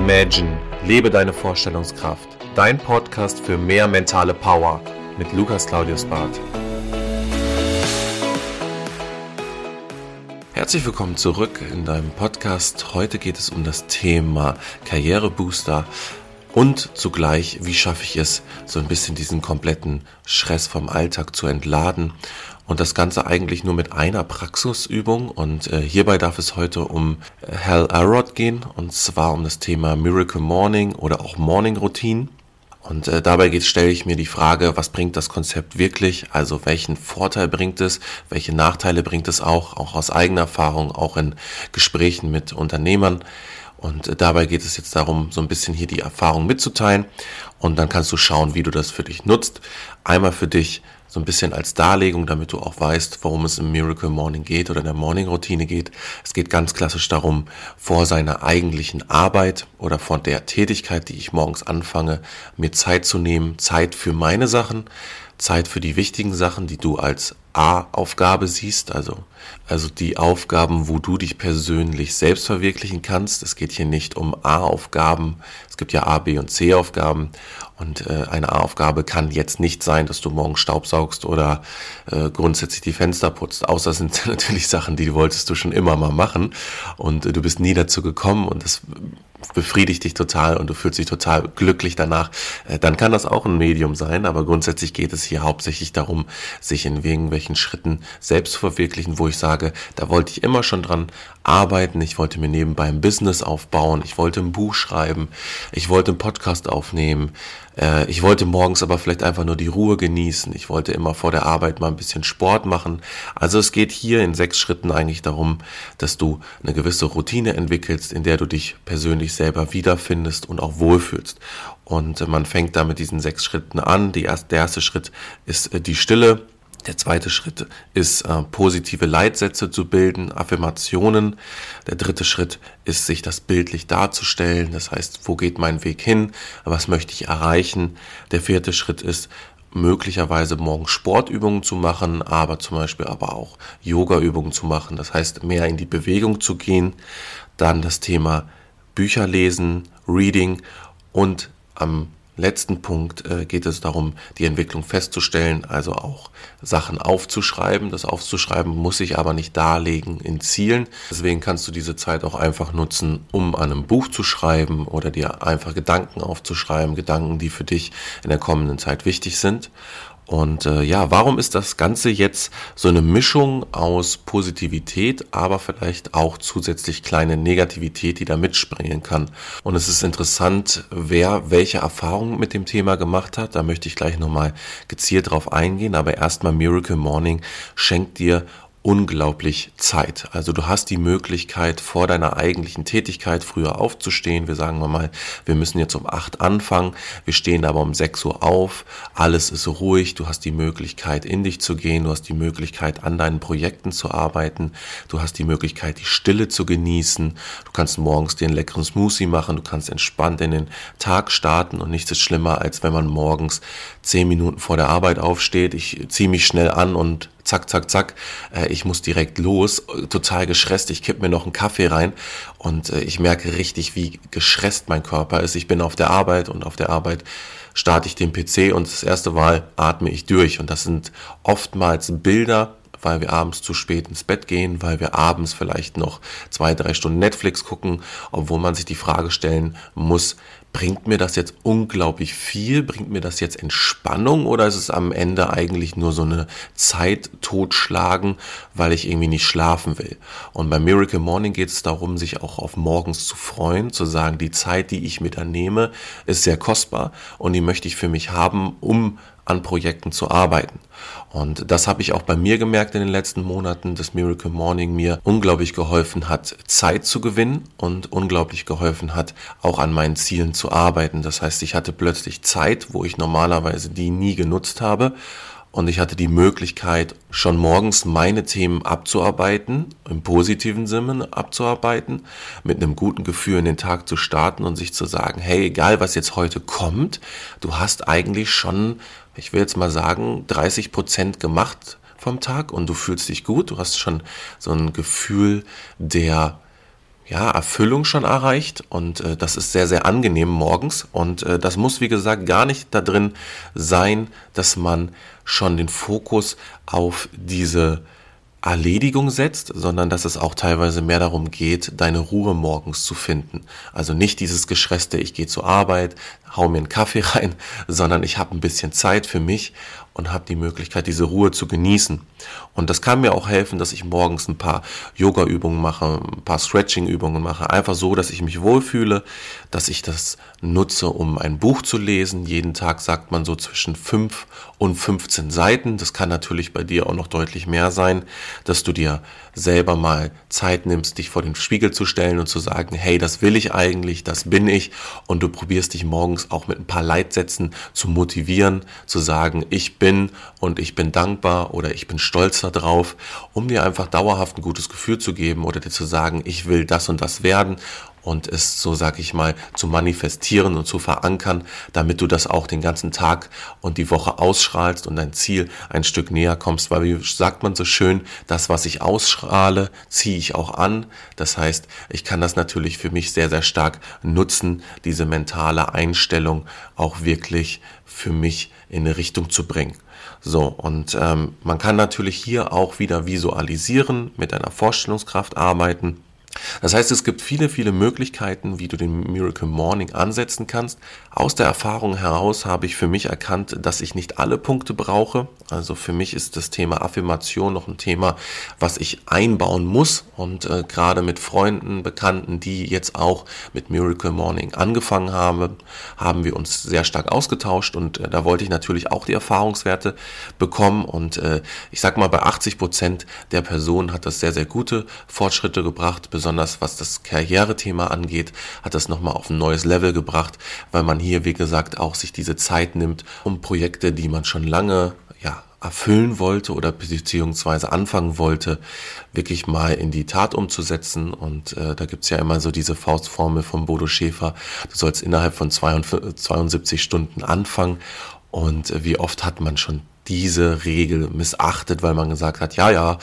Imagine, lebe deine Vorstellungskraft. Dein Podcast für mehr mentale Power mit Lukas Claudius Barth. Herzlich willkommen zurück in deinem Podcast. Heute geht es um das Thema Karrierebooster und zugleich, wie schaffe ich es, so ein bisschen diesen kompletten Stress vom Alltag zu entladen. Und das Ganze eigentlich nur mit einer Praxisübung. Und hierbei darf es heute um Hal Elrod gehen, und zwar um das Thema Miracle Morning oder auch Morning Routine. Und dabei stelle ich mir die Frage, was bringt das Konzept wirklich? Also welchen Vorteil bringt es? Welche Nachteile bringt es auch aus eigener Erfahrung, auch in Gesprächen mit Unternehmern? Und dabei geht es jetzt darum, so ein bisschen hier die Erfahrung mitzuteilen. Und dann kannst du schauen, wie du das für dich nutzt. Einmal für dich so ein bisschen als Darlegung, damit du auch weißt, worum es im Miracle Morning geht oder in der Morning Routine geht. Es geht ganz klassisch darum, vor seiner eigentlichen Arbeit oder vor der Tätigkeit, die ich morgens anfange, mir Zeit zu nehmen, Zeit für meine Sachen, Zeit für die wichtigen Sachen, die du als A-Aufgabe siehst, also die Aufgaben, wo du dich persönlich selbst verwirklichen kannst. Es geht hier nicht um A-Aufgaben, es gibt ja A, B und C-Aufgaben, und eine A-Aufgabe kann jetzt nicht sein, dass du morgen Staubsaugst oder grundsätzlich die Fenster putzt, außer es sind natürlich Sachen, die wolltest du schon immer mal machen und du bist nie dazu gekommen und das befriedigt dich total und du fühlst dich total glücklich danach, dann kann das auch ein Medium sein, aber grundsätzlich geht es hier hauptsächlich darum, sich in irgendwelchen Schritten selbst zu verwirklichen, wo ich sage, da wollte ich immer schon dran arbeiten, ich wollte mir nebenbei ein Business aufbauen, ich wollte ein Buch schreiben, ich wollte einen Podcast aufnehmen, ich wollte morgens aber vielleicht einfach nur die Ruhe genießen, ich wollte immer vor der Arbeit mal ein bisschen Sport machen. Also es geht hier in 6 Schritten eigentlich darum, dass du eine gewisse Routine entwickelst, in der du dich persönlich selber wiederfindest und auch wohlfühlst. Und man fängt da mit diesen 6 Schritten an. Der erste Schritt ist die Stille. Der zweite Schritt ist, positive Leitsätze zu bilden, Affirmationen. Der dritte Schritt ist, sich das bildlich darzustellen. Das heißt, wo geht mein Weg hin? Was möchte ich erreichen? Der vierte Schritt ist, möglicherweise morgen Sportübungen zu machen, aber zum Beispiel aber auch Yoga-Übungen zu machen. Das heißt, mehr in die Bewegung zu gehen. Dann das Thema Bücher lesen, Reading, und am letzten Punkt geht es darum, die Entwicklung festzustellen, also auch Sachen aufzuschreiben. Das Aufzuschreiben muss ich aber nicht darlegen in Zielen. Deswegen kannst du diese Zeit auch einfach nutzen, um an einem Buch zu schreiben oder dir einfach Gedanken aufzuschreiben, Gedanken, die für dich in der kommenden Zeit wichtig sind. Und warum ist das Ganze jetzt so eine Mischung aus Positivität, aber vielleicht auch zusätzlich kleine Negativität, die da mitspringen kann? Und es ist interessant, wer welche Erfahrungen mit dem Thema gemacht hat. Da möchte ich gleich nochmal gezielt drauf eingehen. Aber erstmal, Miracle Morning schenkt dir unglaublich Zeit. Also du hast die Möglichkeit, vor deiner eigentlichen Tätigkeit früher aufzustehen. Wir sagen mal, wir müssen jetzt um 8 anfangen, wir stehen aber um 6 Uhr auf, alles ist ruhig, du hast die Möglichkeit, in dich zu gehen, du hast die Möglichkeit, an deinen Projekten zu arbeiten, du hast die Möglichkeit, die Stille zu genießen, du kannst morgens dir einen leckeren Smoothie machen, du kannst entspannt in den Tag starten, und nichts ist schlimmer, als wenn man morgens 10 Minuten vor der Arbeit aufsteht. Ich ziehe mich schnell an und zack, zack, zack, ich muss direkt los, total gestresst, ich kipp mir noch einen Kaffee rein und ich merke richtig, wie gestresst mein Körper ist. Ich bin auf der Arbeit und auf der Arbeit starte ich den PC und das erste Mal atme ich durch, und das sind oftmals Bilder, weil wir abends zu spät ins Bett gehen, weil wir abends vielleicht noch 2-3 Stunden Netflix gucken, obwohl man sich die Frage stellen muss, bringt mir das jetzt unglaublich viel? Bringt mir das jetzt Entspannung, oder ist es am Ende eigentlich nur so eine Zeit totschlagen, weil ich irgendwie nicht schlafen will? Und beim Miracle Morning geht es darum, sich auch auf morgens zu freuen, zu sagen, die Zeit, die ich mir da nehme, ist sehr kostbar und die möchte ich für mich haben, um an Projekten zu arbeiten. Und das habe ich auch bei mir gemerkt in den letzten Monaten, dass Miracle Morning mir unglaublich geholfen hat, Zeit zu gewinnen und unglaublich geholfen hat, auch an meinen Zielen zu arbeiten. Das heißt, ich hatte plötzlich Zeit, wo ich normalerweise die nie genutzt habe. Und ich hatte die Möglichkeit, schon morgens meine Themen abzuarbeiten, im positiven Sinne abzuarbeiten, mit einem guten Gefühl in den Tag zu starten und sich zu sagen, hey, egal was jetzt heute kommt, du hast eigentlich schon, ich will jetzt mal sagen, 30% gemacht vom Tag und du fühlst dich gut, du hast schon so ein Gefühl der Erfüllung schon erreicht und das ist sehr, sehr angenehm morgens und das muss, wie gesagt, gar nicht da drin sein, dass man schon den Fokus auf diese Erledigung setzt, sondern dass es auch teilweise mehr darum geht, deine Ruhe morgens zu finden. Also nicht dieses gestresste, ich gehe zur Arbeit, hau mir einen Kaffee rein, sondern ich habe ein bisschen Zeit für mich und habe die Möglichkeit, diese Ruhe zu genießen. Und das kann mir auch helfen, dass ich morgens ein paar Yoga-Übungen mache, ein paar Stretching-Übungen mache. Einfach so, dass ich mich wohlfühle, dass ich das nutze, um ein Buch zu lesen. Jeden Tag sagt man so zwischen 5 und 15 Seiten. Das kann natürlich bei dir auch noch deutlich mehr sein, dass du dir selber mal Zeit nimmst, dich vor den Spiegel zu stellen und zu sagen, hey, das will ich eigentlich, das bin ich. Und du probierst dich morgens auch mit ein paar Leitsätzen zu motivieren, zu sagen, ich bin und ich bin dankbar oder ich bin stolz darauf, um dir einfach dauerhaft ein gutes Gefühl zu geben oder dir zu sagen, ich will das und das werden und es, so sag ich mal, zu manifestieren und zu verankern, damit du das auch den ganzen Tag und die Woche ausstrahlst und dein Ziel ein Stück näher kommst, weil, wie sagt man so schön, das, was ich ausstrahle, ziehe ich auch an. Das heißt, ich kann das natürlich für mich sehr, sehr stark nutzen, diese mentale Einstellung auch wirklich für mich in eine Richtung zu bringen. So, und man kann natürlich hier auch wieder visualisieren, mit einer Vorstellungskraft arbeiten. Das heißt, es gibt viele, viele Möglichkeiten, wie du den Miracle Morning ansetzen kannst. Aus der Erfahrung heraus habe ich für mich erkannt, dass ich nicht alle Punkte brauche. Also für mich ist das Thema Affirmation noch ein Thema, was ich einbauen muss. Und gerade mit Freunden, Bekannten, die jetzt auch mit Miracle Morning angefangen haben, haben wir uns sehr stark ausgetauscht. Und da wollte ich natürlich auch die Erfahrungswerte bekommen. Und ich sag mal, bei 80% der Personen hat das sehr, sehr gute Fortschritte gebracht. Besonders was das Karrierethema angeht, hat das nochmal auf ein neues Level gebracht, weil man hier, wie gesagt, auch sich diese Zeit nimmt, um Projekte, die man schon lange erfüllen wollte oder beziehungsweise anfangen wollte, wirklich mal in die Tat umzusetzen. Und da gibt's ja immer so diese Faustformel von Bodo Schäfer, du sollst innerhalb von 72 Stunden anfangen. Und wie oft hat man schon diese Regel missachtet, weil man gesagt hat,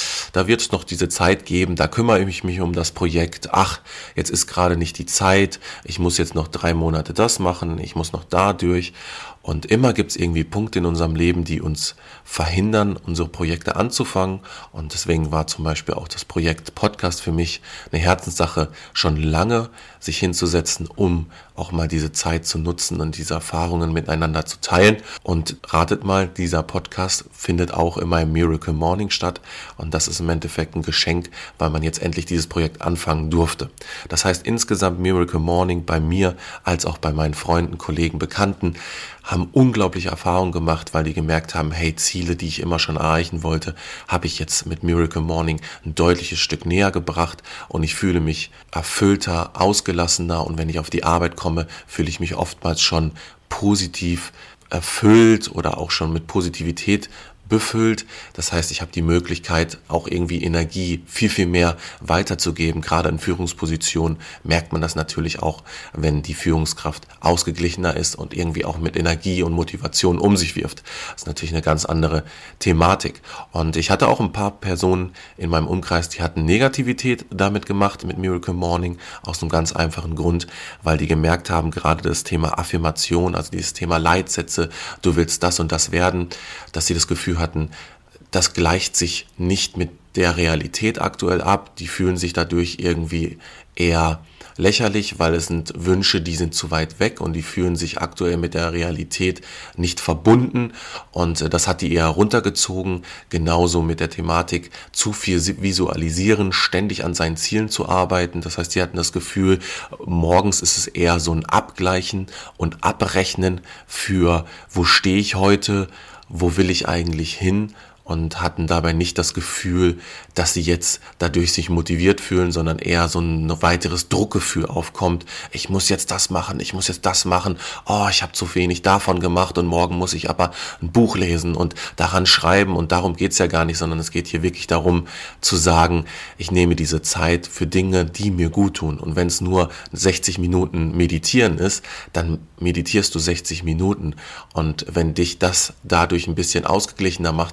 da wird es noch diese Zeit geben, da kümmere ich mich um das Projekt, jetzt ist gerade nicht die Zeit, ich muss jetzt noch 3 Monate das machen, ich muss noch da durch. Und immer gibt es irgendwie Punkte in unserem Leben, die uns verhindern, unsere Projekte anzufangen. Und deswegen war zum Beispiel auch das Projekt Podcast für mich eine Herzenssache, schon lange sich hinzusetzen, um auch mal diese Zeit zu nutzen und diese Erfahrungen miteinander zu teilen. Und ratet mal, dieser Podcast findet auch in meinem Miracle Morning statt. Und das ist im Endeffekt ein Geschenk, weil man jetzt endlich dieses Projekt anfangen durfte. Das heißt, insgesamt Miracle Morning bei mir als auch bei meinen Freunden, Kollegen, Bekannten haben unglaubliche Erfahrungen gemacht, weil die gemerkt haben, hey, Ziele, die ich immer schon erreichen wollte, habe ich jetzt mit Miracle Morning ein deutliches Stück näher gebracht und ich fühle mich erfüllter, ausgelassener und wenn ich auf die Arbeit komme, fühle ich mich oftmals schon positiv erfüllt oder auch schon mit Positivität befüllt. Das heißt, ich habe die Möglichkeit, auch irgendwie Energie viel, viel mehr weiterzugeben. Gerade in Führungspositionen merkt man das natürlich auch, wenn die Führungskraft ausgeglichener ist und irgendwie auch mit Energie und Motivation um sich wirft. Das ist natürlich eine ganz andere Thematik. Und ich hatte auch ein paar Personen in meinem Umkreis, die hatten Negativität damit gemacht, mit Miracle Morning, aus einem ganz einfachen Grund, weil die gemerkt haben, gerade das Thema Affirmation, also dieses Thema Leitsätze, du willst das und das werden, dass sie das Gefühl hatten, das gleicht sich nicht mit der Realität aktuell ab. Die fühlen sich dadurch irgendwie eher lächerlich, weil es sind Wünsche, die sind zu weit weg und die fühlen sich aktuell mit der Realität nicht verbunden und das hat die eher runtergezogen, genauso mit der Thematik zu viel visualisieren, ständig an seinen Zielen zu arbeiten. Das heißt, die hatten das Gefühl, morgens ist es eher so ein Abgleichen und Abrechnen für, wo stehe ich heute, wo will ich eigentlich hin? Und hatten dabei nicht das Gefühl, dass sie jetzt dadurch sich motiviert fühlen, sondern eher so ein weiteres Druckgefühl aufkommt. Ich muss jetzt das machen, ich muss jetzt das machen. Oh, ich habe zu wenig davon gemacht und morgen muss ich aber ein Buch lesen und daran schreiben. Und darum geht's ja gar nicht, sondern es geht hier wirklich darum zu sagen, ich nehme diese Zeit für Dinge, die mir gut tun. Und wenn es nur 60 Minuten meditieren ist, dann meditierst du 60 Minuten. Und wenn dich das dadurch ein bisschen ausgeglichener macht, dann hast du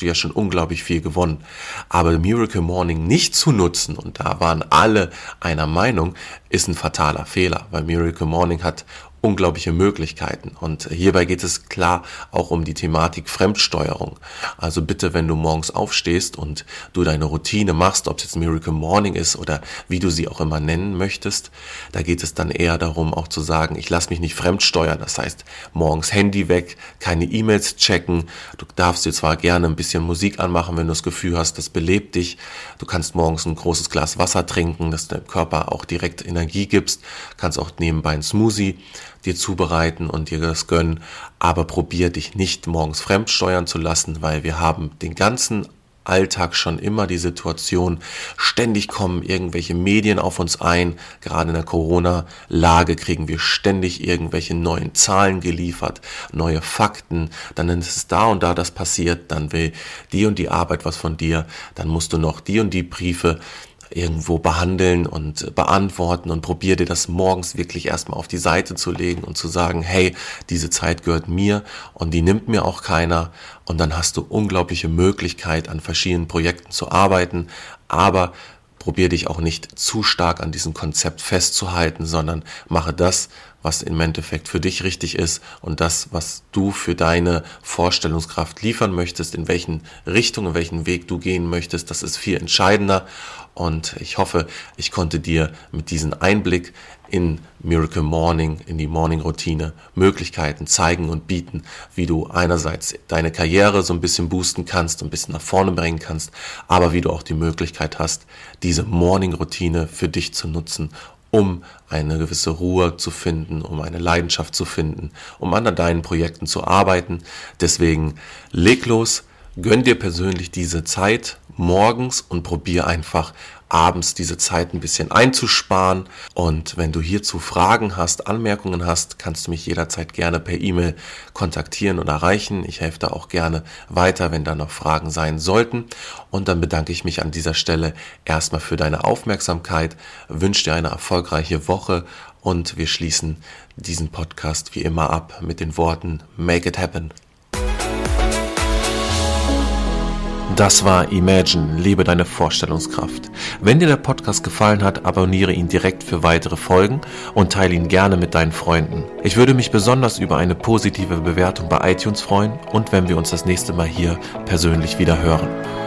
du ja schon unglaublich viel gewonnen. Aber Miracle Morning nicht zu nutzen, und da waren alle einer Meinung, ist ein fataler Fehler, weil Miracle Morning hat unglaubliche Möglichkeiten. Und hierbei geht es klar auch um die Thematik Fremdsteuerung. Also bitte, wenn du morgens aufstehst und du deine Routine machst, ob es jetzt Miracle Morning ist oder wie du sie auch immer nennen möchtest, da geht es dann eher darum, auch zu sagen, ich lasse mich nicht fremdsteuern. Das heißt, morgens Handy weg, keine E-Mails checken. Du darfst dir zwar gerne ein bisschen Musik anmachen, wenn du das Gefühl hast, das belebt dich. Du kannst morgens ein großes Glas Wasser trinken, dass deinem Körper auch direkt Energie gibst. Kannst auch nebenbei einen Smoothie dir zubereiten und dir das gönnen, aber probier dich nicht morgens fremdsteuern zu lassen, weil wir haben den ganzen Alltag schon immer die Situation, ständig kommen irgendwelche Medien auf uns ein, gerade in der Corona-Lage kriegen wir ständig irgendwelche neuen Zahlen geliefert, neue Fakten, dann ist es da und da das passiert, dann will die und die Arbeit was von dir, dann musst du noch die und die Briefe irgendwo behandeln und beantworten und probier dir das morgens wirklich erstmal auf die Seite zu legen und zu sagen, hey, diese Zeit gehört mir und die nimmt mir auch keiner, und dann hast du unglaubliche Möglichkeit, an verschiedenen Projekten zu arbeiten, aber probier dich auch nicht zu stark an diesem Konzept festzuhalten, sondern mache das, was im Endeffekt für dich richtig ist und das, was du für deine Vorstellungskraft liefern möchtest, in welchen Richtung, in welchen Weg du gehen möchtest, das ist viel entscheidender. Und ich hoffe, ich konnte dir mit diesem Einblick in Miracle Morning, in die Morning-Routine, Möglichkeiten zeigen und bieten, wie du einerseits deine Karriere so ein bisschen boosten kannst, ein bisschen nach vorne bringen kannst, aber wie du auch die Möglichkeit hast, diese Morning-Routine für dich zu nutzen, um eine gewisse Ruhe zu finden, um eine Leidenschaft zu finden, um an deinen Projekten zu arbeiten. Deswegen leg los, gönn dir persönlich diese Zeit morgens und probier einfach abends diese Zeit ein bisschen einzusparen. Und wenn du hierzu Fragen hast, Anmerkungen hast, kannst du mich jederzeit gerne per E-Mail kontaktieren und erreichen. Ich helfe da auch gerne weiter, wenn da noch Fragen sein sollten. Und dann bedanke ich mich an dieser Stelle erstmal für deine Aufmerksamkeit, wünsche dir eine erfolgreiche Woche und wir schließen diesen Podcast wie immer ab mit den Worten Make it happen. Das war Imagine, lebe deine Vorstellungskraft. Wenn dir der Podcast gefallen hat, abonniere ihn direkt für weitere Folgen und teile ihn gerne mit deinen Freunden. Ich würde mich besonders über eine positive Bewertung bei iTunes freuen und wenn wir uns das nächste Mal hier persönlich wieder hören.